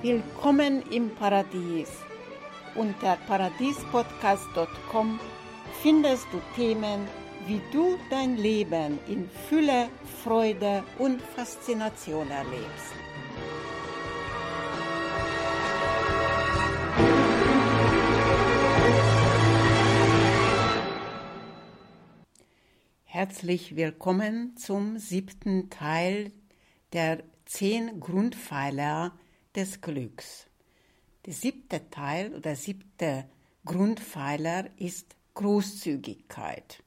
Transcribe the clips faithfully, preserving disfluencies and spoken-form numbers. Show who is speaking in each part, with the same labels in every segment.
Speaker 1: Willkommen im Paradies. Unter paradies podcast punkt com findest du Themen, wie du dein Leben in Fülle, Freude und Faszination erlebst. Herzlich willkommen zum siebten Teil der zehn Grundpfeiler des Glücks. Der siebte Teil oder siebte Grundpfeiler ist Großzügigkeit.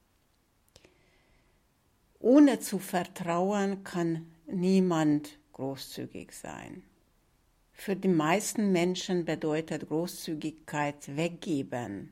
Speaker 1: Ohne zu vertrauen kann niemand großzügig sein. Für die meisten Menschen bedeutet Großzügigkeit weggeben,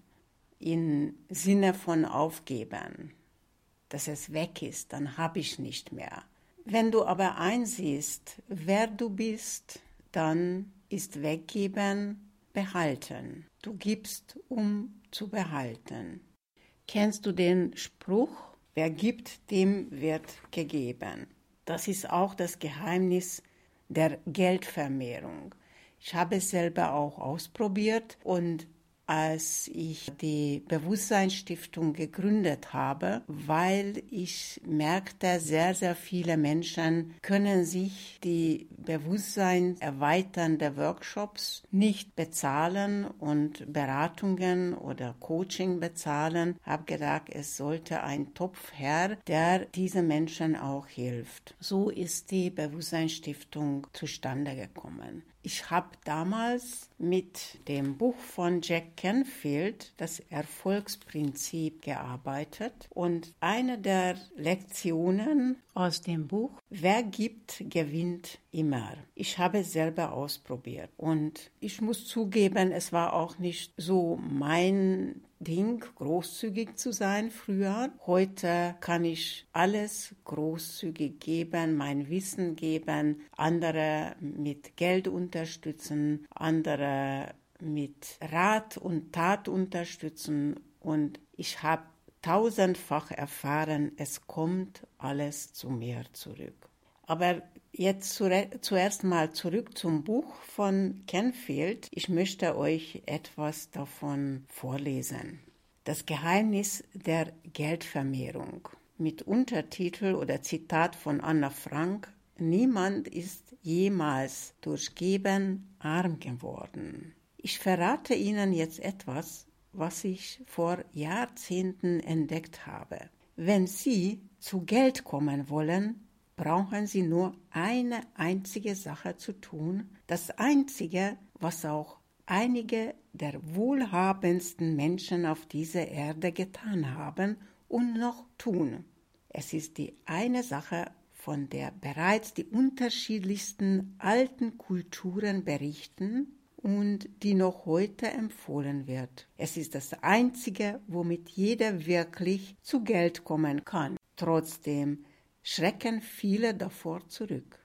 Speaker 1: im Sinne von aufgeben. Dass es weg ist, dann habe ich nicht mehr. Wenn du aber einsiehst, wer du bist, dann ist Weggeben behalten. Du gibst, um zu behalten. Kennst du den Spruch, wer gibt, dem wird gegeben? Das ist auch das Geheimnis der Geldvermehrung. Ich habe es selber auch ausprobiert und als ich die Bewusstseinsstiftung gegründet habe, weil ich merkte, sehr, sehr viele Menschen können sich die Bewusstsein erweiternde Workshops nicht bezahlen und Beratungen oder Coaching bezahlen, habe gedacht, es sollte ein Topf her, der diesen Menschen auch hilft. So ist die Bewusstseinsstiftung zustande gekommen. Ich habe damals mit dem Buch von Jack Canfield, das Erfolgsprinzip, gearbeitet und eine der Lektionen aus dem Buch, wer gibt, gewinnt immer. Ich habe es selber ausprobiert und ich muss zugeben, es war auch nicht so mein Ding, großzügig zu sein früher. Heute kann ich alles großzügig geben, mein Wissen geben, andere mit Geld unterstützen, andere mit Rat und Tat unterstützen und ich habe tausendfach erfahren, es kommt alles zu mir zurück. Aber jetzt zuerst mal zurück zum Buch von Canfield. Ich möchte euch etwas davon vorlesen. Das Geheimnis der Geldvermehrung. Mit Untertitel oder Zitat von Anna Frank. Niemand ist jemals durch Geben arm geworden. Ich verrate Ihnen jetzt etwas, was ich vor Jahrzehnten entdeckt habe. Wenn Sie zu Geld kommen wollen, brauchen Sie nur eine einzige Sache zu tun. Das Einzige, was auch einige der wohlhabendsten Menschen auf dieser Erde getan haben und noch tun. Es ist die eine Sache, von der bereits die unterschiedlichsten alten Kulturen berichten und die noch heute empfohlen wird. Es ist das Einzige, womit jeder wirklich zu Geld kommen kann. Trotzdem schrecken viele davor zurück.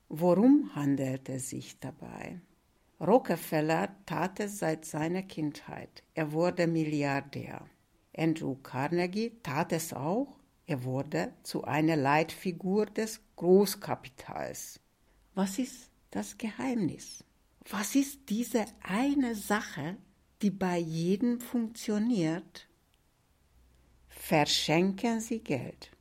Speaker 1: Worum handelt es sich dabei? Rockefeller tat es seit seiner Kindheit. Er wurde Milliardär. Andrew Carnegie tat es auch. Er wurde zu einer Leitfigur des Großkapitals. Was ist das Geheimnis? Was ist diese eine Sache, die bei jedem funktioniert? Verschenken Sie Geld.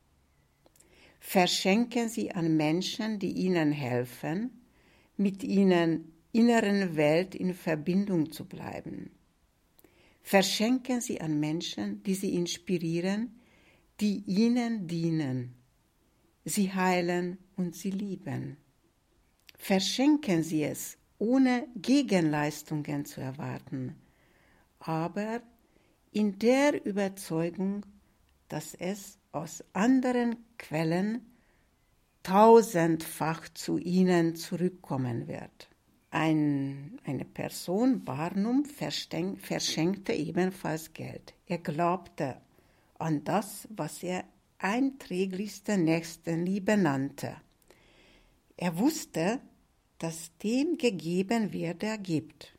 Speaker 1: Verschenken Sie an Menschen, die Ihnen helfen, mit Ihrer inneren Welt in Verbindung zu bleiben. Verschenken Sie an Menschen, die Sie inspirieren, die Ihnen dienen. Sie heilen und Sie lieben. Verschenken Sie es, ohne Gegenleistungen zu erwarten, aber in der Überzeugung, dass es aus anderen Quellen tausendfach zu ihnen zurückkommen wird. Ein, eine Person, Barnum, verschenkte ebenfalls Geld. Er glaubte an das, was er einträglichste Nächstenliebe nannte. Er wusste, dass dem gegeben wird, der gibt.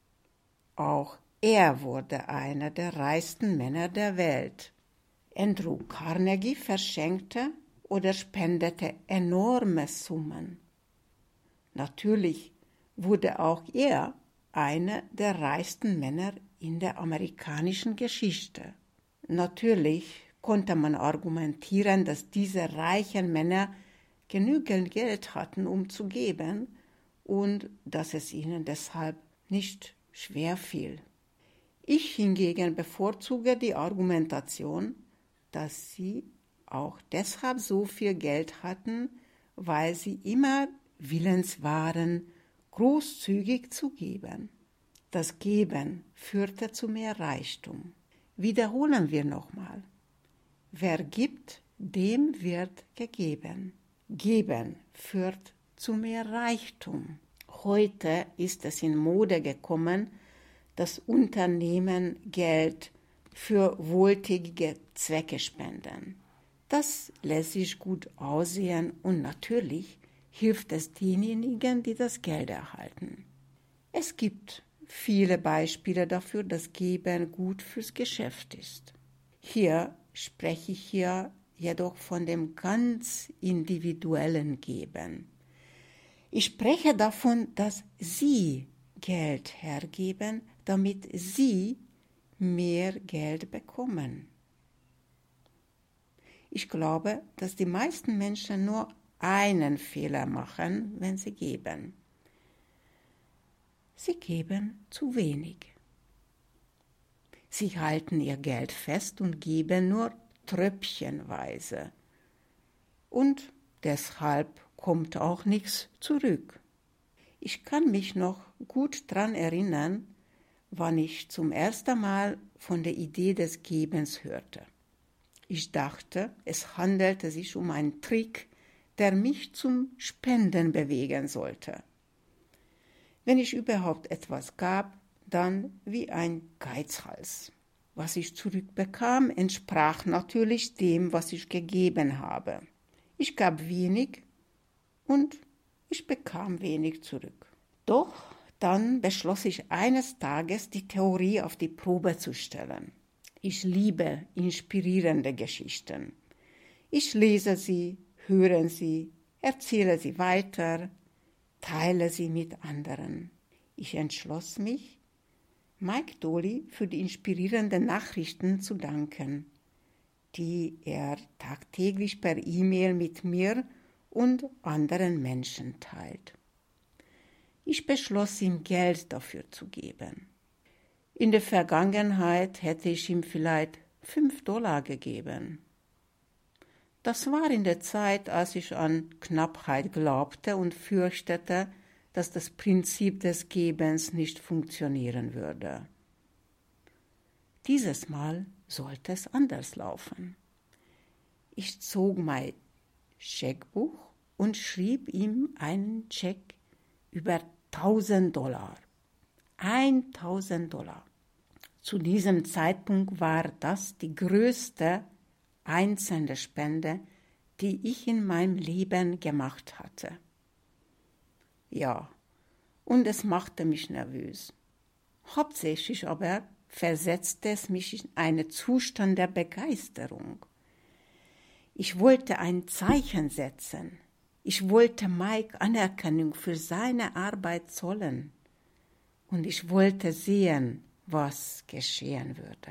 Speaker 1: Auch er wurde einer der reichsten Männer der Welt. Andrew Carnegie verschenkte oder spendete enorme Summen. Natürlich wurde auch er einer der reichsten Männer in der amerikanischen Geschichte. Natürlich konnte man argumentieren, dass diese reichen Männer genügend Geld hatten, um zu geben, und dass es ihnen deshalb nicht schwer fiel. Ich hingegen bevorzuge die Argumentation, dass sie auch deshalb so viel Geld hatten, weil sie immer willens waren, großzügig zu geben. Das Geben führte zu mehr Reichtum. Wiederholen wir nochmal. Wer gibt, dem wird gegeben. Geben führt zu mehr Reichtum. Heute ist es in Mode gekommen, dass Unternehmen Geld für wohltätige Zwecke spenden. Das lässt sich gut aussehen und natürlich hilft es denjenigen, die das Geld erhalten. Es gibt viele Beispiele dafür, dass Geben gut fürs Geschäft ist. Hier spreche ich hier jedoch von dem ganz individuellen Geben. Ich spreche davon, dass Sie Geld hergeben, damit Sie mehr Geld bekommen. Ich glaube, dass die meisten Menschen nur einen Fehler machen, wenn sie geben. Sie geben zu wenig. Sie halten ihr Geld fest und geben nur tröpfchenweise. Und deshalb kommt auch nichts zurück. Ich kann mich noch gut daran erinnern, wann ich zum ersten Mal von der Idee des Gebens hörte. Ich dachte, es handelte sich um einen Trick, der mich zum Spenden bewegen sollte. Wenn ich überhaupt etwas gab, dann wie ein Geizhals. Was ich zurückbekam, entsprach natürlich dem, was ich gegeben habe. Ich gab wenig und ich bekam wenig zurück. Doch dann beschloss ich eines Tages, die Theorie auf die Probe zu stellen. Ich liebe inspirierende Geschichten. Ich lese sie, höre sie, erzähle sie weiter, teile sie mit anderen. Ich entschloss mich, Mike Dooley für die inspirierenden Nachrichten zu danken, die er tagtäglich per E-Mail mit mir und anderen Menschen teilt. Ich beschloss, ihm Geld dafür zu geben. In der Vergangenheit hätte ich ihm vielleicht fünf Dollar gegeben. Das war in der Zeit, als ich an Knappheit glaubte und fürchtete, dass das Prinzip des Gebens nicht funktionieren würde. Dieses Mal sollte es anders laufen. Ich zog mein Scheckbuch und schrieb ihm einen Scheck über tausend Dollar. eintausend Dollar. Zu diesem Zeitpunkt war das die größte einzelne Spende, die ich in meinem Leben gemacht hatte. Ja, und es machte mich nervös. Hauptsächlich aber versetzte es mich in einen Zustand der Begeisterung. Ich wollte ein Zeichen setzen. Ich wollte Mike Anerkennung für seine Arbeit zollen. Und ich wollte sehen, was geschehen würde.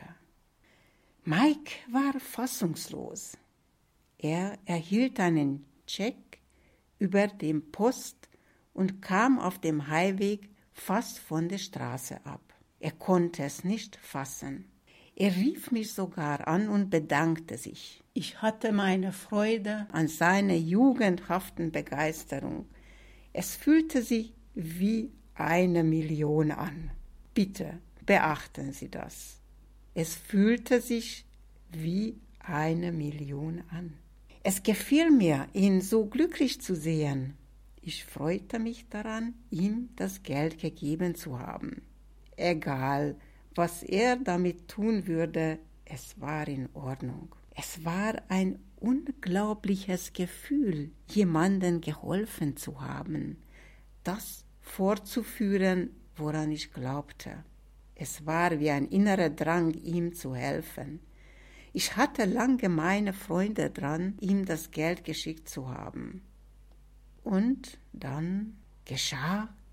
Speaker 1: Mike war fassungslos. Er erhielt einen Scheck über dem Post und kam auf dem Heimweg fast von der Straße ab. Er konnte es nicht fassen. Er rief mich sogar an und bedankte sich. Ich hatte meine Freude an seiner jugendhaften Begeisterung. Es fühlte sich wie eine Million an. Bitte beachten Sie das. Es fühlte sich wie eine Million an. Es gefiel mir, ihn so glücklich zu sehen. Ich freute mich daran, ihm das Geld gegeben zu haben. Egal, was er damit tun würde, es war in Ordnung. Es war ein unglaubliches Gefühl, jemandem geholfen zu haben, das fortzuführen, woran ich glaubte. Es war wie ein innerer Drang, ihm zu helfen. Ich hatte lange meine Freunde dran, ihm das Geld geschickt zu haben. Und dann geschah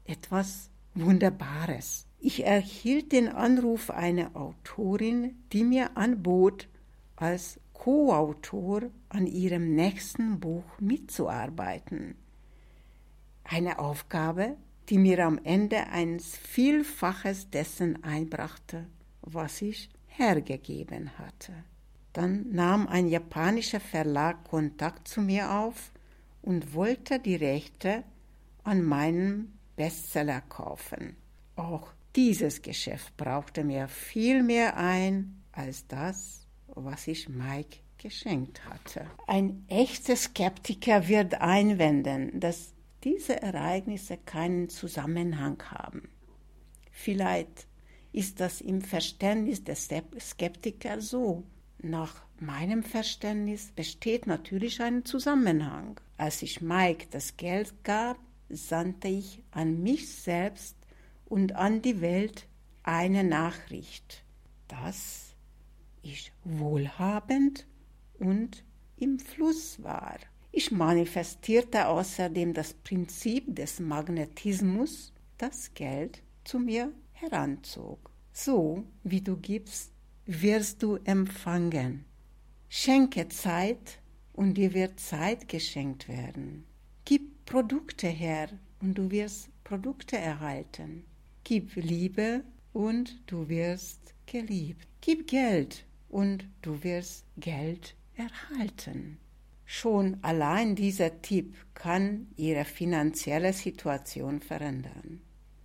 Speaker 1: etwas Wunderbares. Ich erhielt den Anruf einer Autorin, die mir anbot, als Co-Autor an ihrem nächsten Buch mitzuarbeiten. Eine Aufgabe, die mir am Ende ein Vielfaches dessen einbrachte, was ich hergegeben hatte. Dann nahm ein japanischer Verlag Kontakt zu mir auf und wollte die Rechte an meinem Bestseller kaufen. Auch dieses Geschäft brauchte mir viel mehr ein als das, was ich Mike geschenkt hatte. Ein echter Skeptiker wird einwenden, dass diese Ereignisse keinen Zusammenhang haben. Vielleicht ist das im Verständnis des Skeptikers so. Nach meinem Verständnis besteht natürlich ein Zusammenhang. Als ich Mike das Geld gab, sandte ich an mich selbst und an die Welt eine Nachricht, dass ich wohlhabend und im Fluss war. Ich manifestierte außerdem das Prinzip des Magnetismus, das Geld zu mir heranzog. So wie du gibst, wirst du empfangen. Schenke Zeit und dir wird Zeit geschenkt werden. Gib Produkte her und du wirst Produkte erhalten. Gib Liebe und du wirst geliebt. Gib Geld und du wirst Geld erhalten. Schon allein dieser Tipp kann Ihre finanzielle Situation verändern.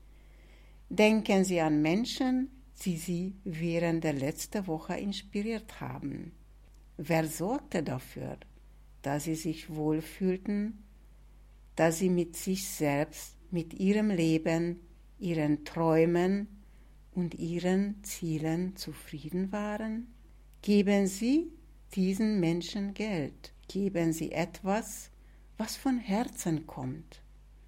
Speaker 1: Denken Sie an Menschen, die Sie während der letzten Woche inspiriert haben. Wer sorgte dafür, dass Sie sich wohlfühlten, dass Sie mit sich selbst, mit Ihrem Leben, Ihren Träumen und Ihren Zielen zufrieden waren? Geben Sie diesen Menschen Geld. Geben Sie etwas, was von Herzen kommt.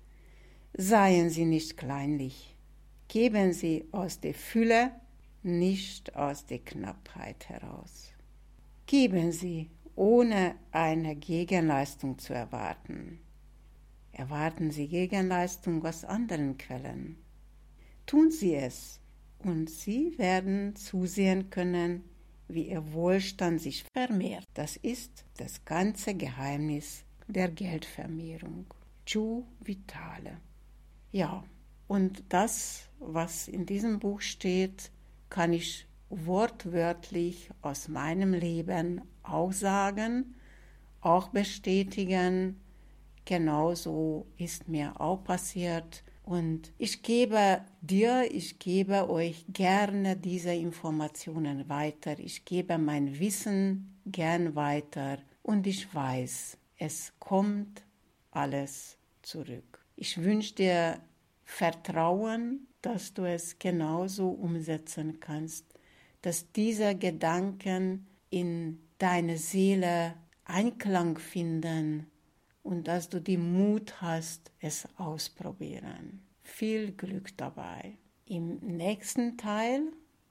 Speaker 1: Seien Sie nicht kleinlich. Geben Sie aus der Fülle, nicht aus der Knappheit heraus. Geben Sie, ohne eine Gegenleistung zu erwarten. Erwarten Sie Gegenleistung aus anderen Quellen. Tun Sie es, und Sie werden zusehen können, wie Ihr Wohlstand sich vermehrt. Das ist das ganze Geheimnis der Geldvermehrung. Joe Vitale. Ja, und das, was in diesem Buch steht, kann ich wortwörtlich aus meinem Leben auch sagen, auch bestätigen. Genauso ist mir auch passiert. Und ich gebe dir, ich gebe euch gerne diese Informationen weiter. Ich gebe mein Wissen gern weiter. Und ich weiß, es kommt alles zurück. Ich wünsche dir Vertrauen, dass du es genauso umsetzen kannst, dass diese Gedanken in deiner Seele Einklang finden und dass du die Mut hast, es ausprobieren. Viel Glück dabei. Im nächsten Teil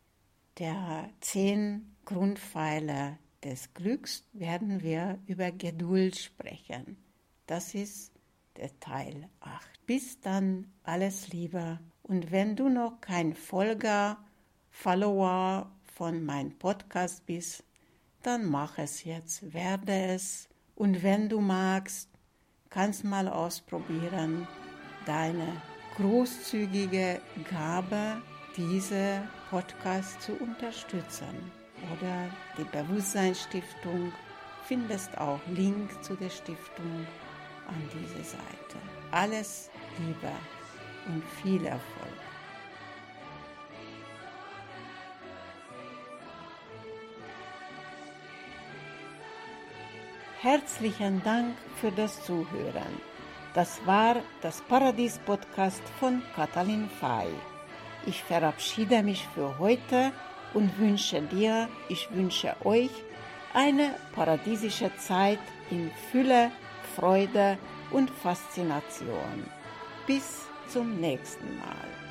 Speaker 1: der zehn Grundpfeiler des Glücks werden wir über Geduld sprechen. Das ist der Teil acht. Bis dann, alles Liebe. Und wenn du noch kein Folger, Follower von meinem Podcast bist, dann mach es jetzt, werde es. Und wenn du magst, kannst mal ausprobieren, deine großzügige Gabe, diese Podcast zu unterstützen. Oder die Bewusstseinsstiftung, findest auch Link zu der Stiftung an dieser Seite. Alles Liebe und viel Erfolg. Herzlichen Dank für das Zuhören. Das war das Paradies-Podcast von Katalin Fay. Ich verabschiede mich für heute und wünsche dir, ich wünsche euch eine paradiesische Zeit in Fülle, Freude und Faszination. Bis zum nächsten Mal.